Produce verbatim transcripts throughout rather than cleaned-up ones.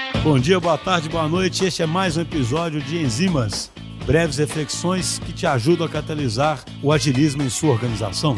Bom dia, boa tarde, boa noite. Este é mais um episódio de Enzimas, breves reflexões que te ajudam a catalisar o agilismo em sua organização.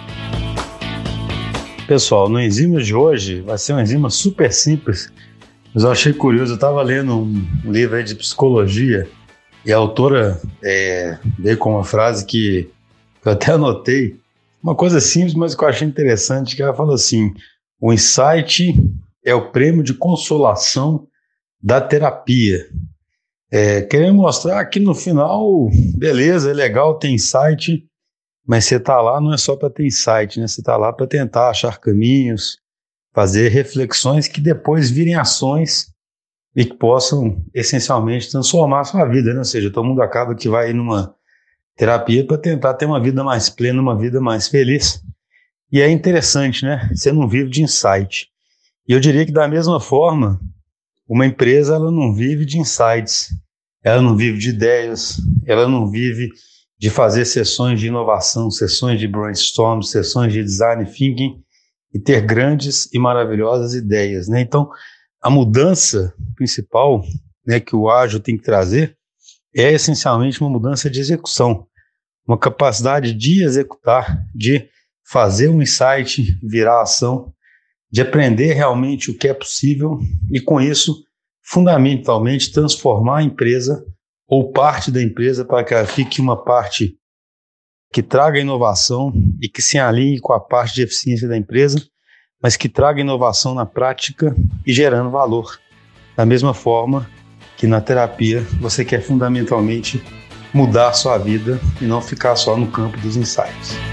Pessoal, no Enzimas de hoje vai ser uma enzima super simples, mas eu achei curioso. Eu estava lendo um livro aí de psicologia e a autora é, veio com uma frase que eu até anotei, uma coisa simples, mas que eu achei interessante, que ela falou assim: o insight é o prêmio de consolação da terapia. É, querendo mostrar que no final, beleza, é legal ter insight, mas você está lá não é só para ter insight, né? Você está lá para tentar achar caminhos, fazer reflexões que depois virem ações e que possam essencialmente transformar a sua vida, né? Ou seja, todo mundo acaba que vai numa terapia para tentar ter uma vida mais plena, uma vida mais feliz. E é interessante, né? Você não vive de insight. E eu diria que da mesma forma, uma empresa ela não vive de insights, ela não vive de ideias, ela não vive de fazer sessões de inovação, sessões de brainstorm, sessões de design thinking e ter grandes e maravilhosas ideias, né? Então, a mudança principal, né, que o ágil tem que trazer é essencialmente uma mudança de execução, uma capacidade de executar, de fazer um insight virar ação, de aprender realmente o que é possível e, com isso, fundamentalmente transformar a empresa ou parte da empresa para que ela fique uma parte que traga inovação e que se alinhe com a parte de eficiência da empresa, mas que traga inovação na prática e gerando valor. Da mesma forma que na terapia você quer fundamentalmente mudar a sua vida e não ficar só no campo dos insights.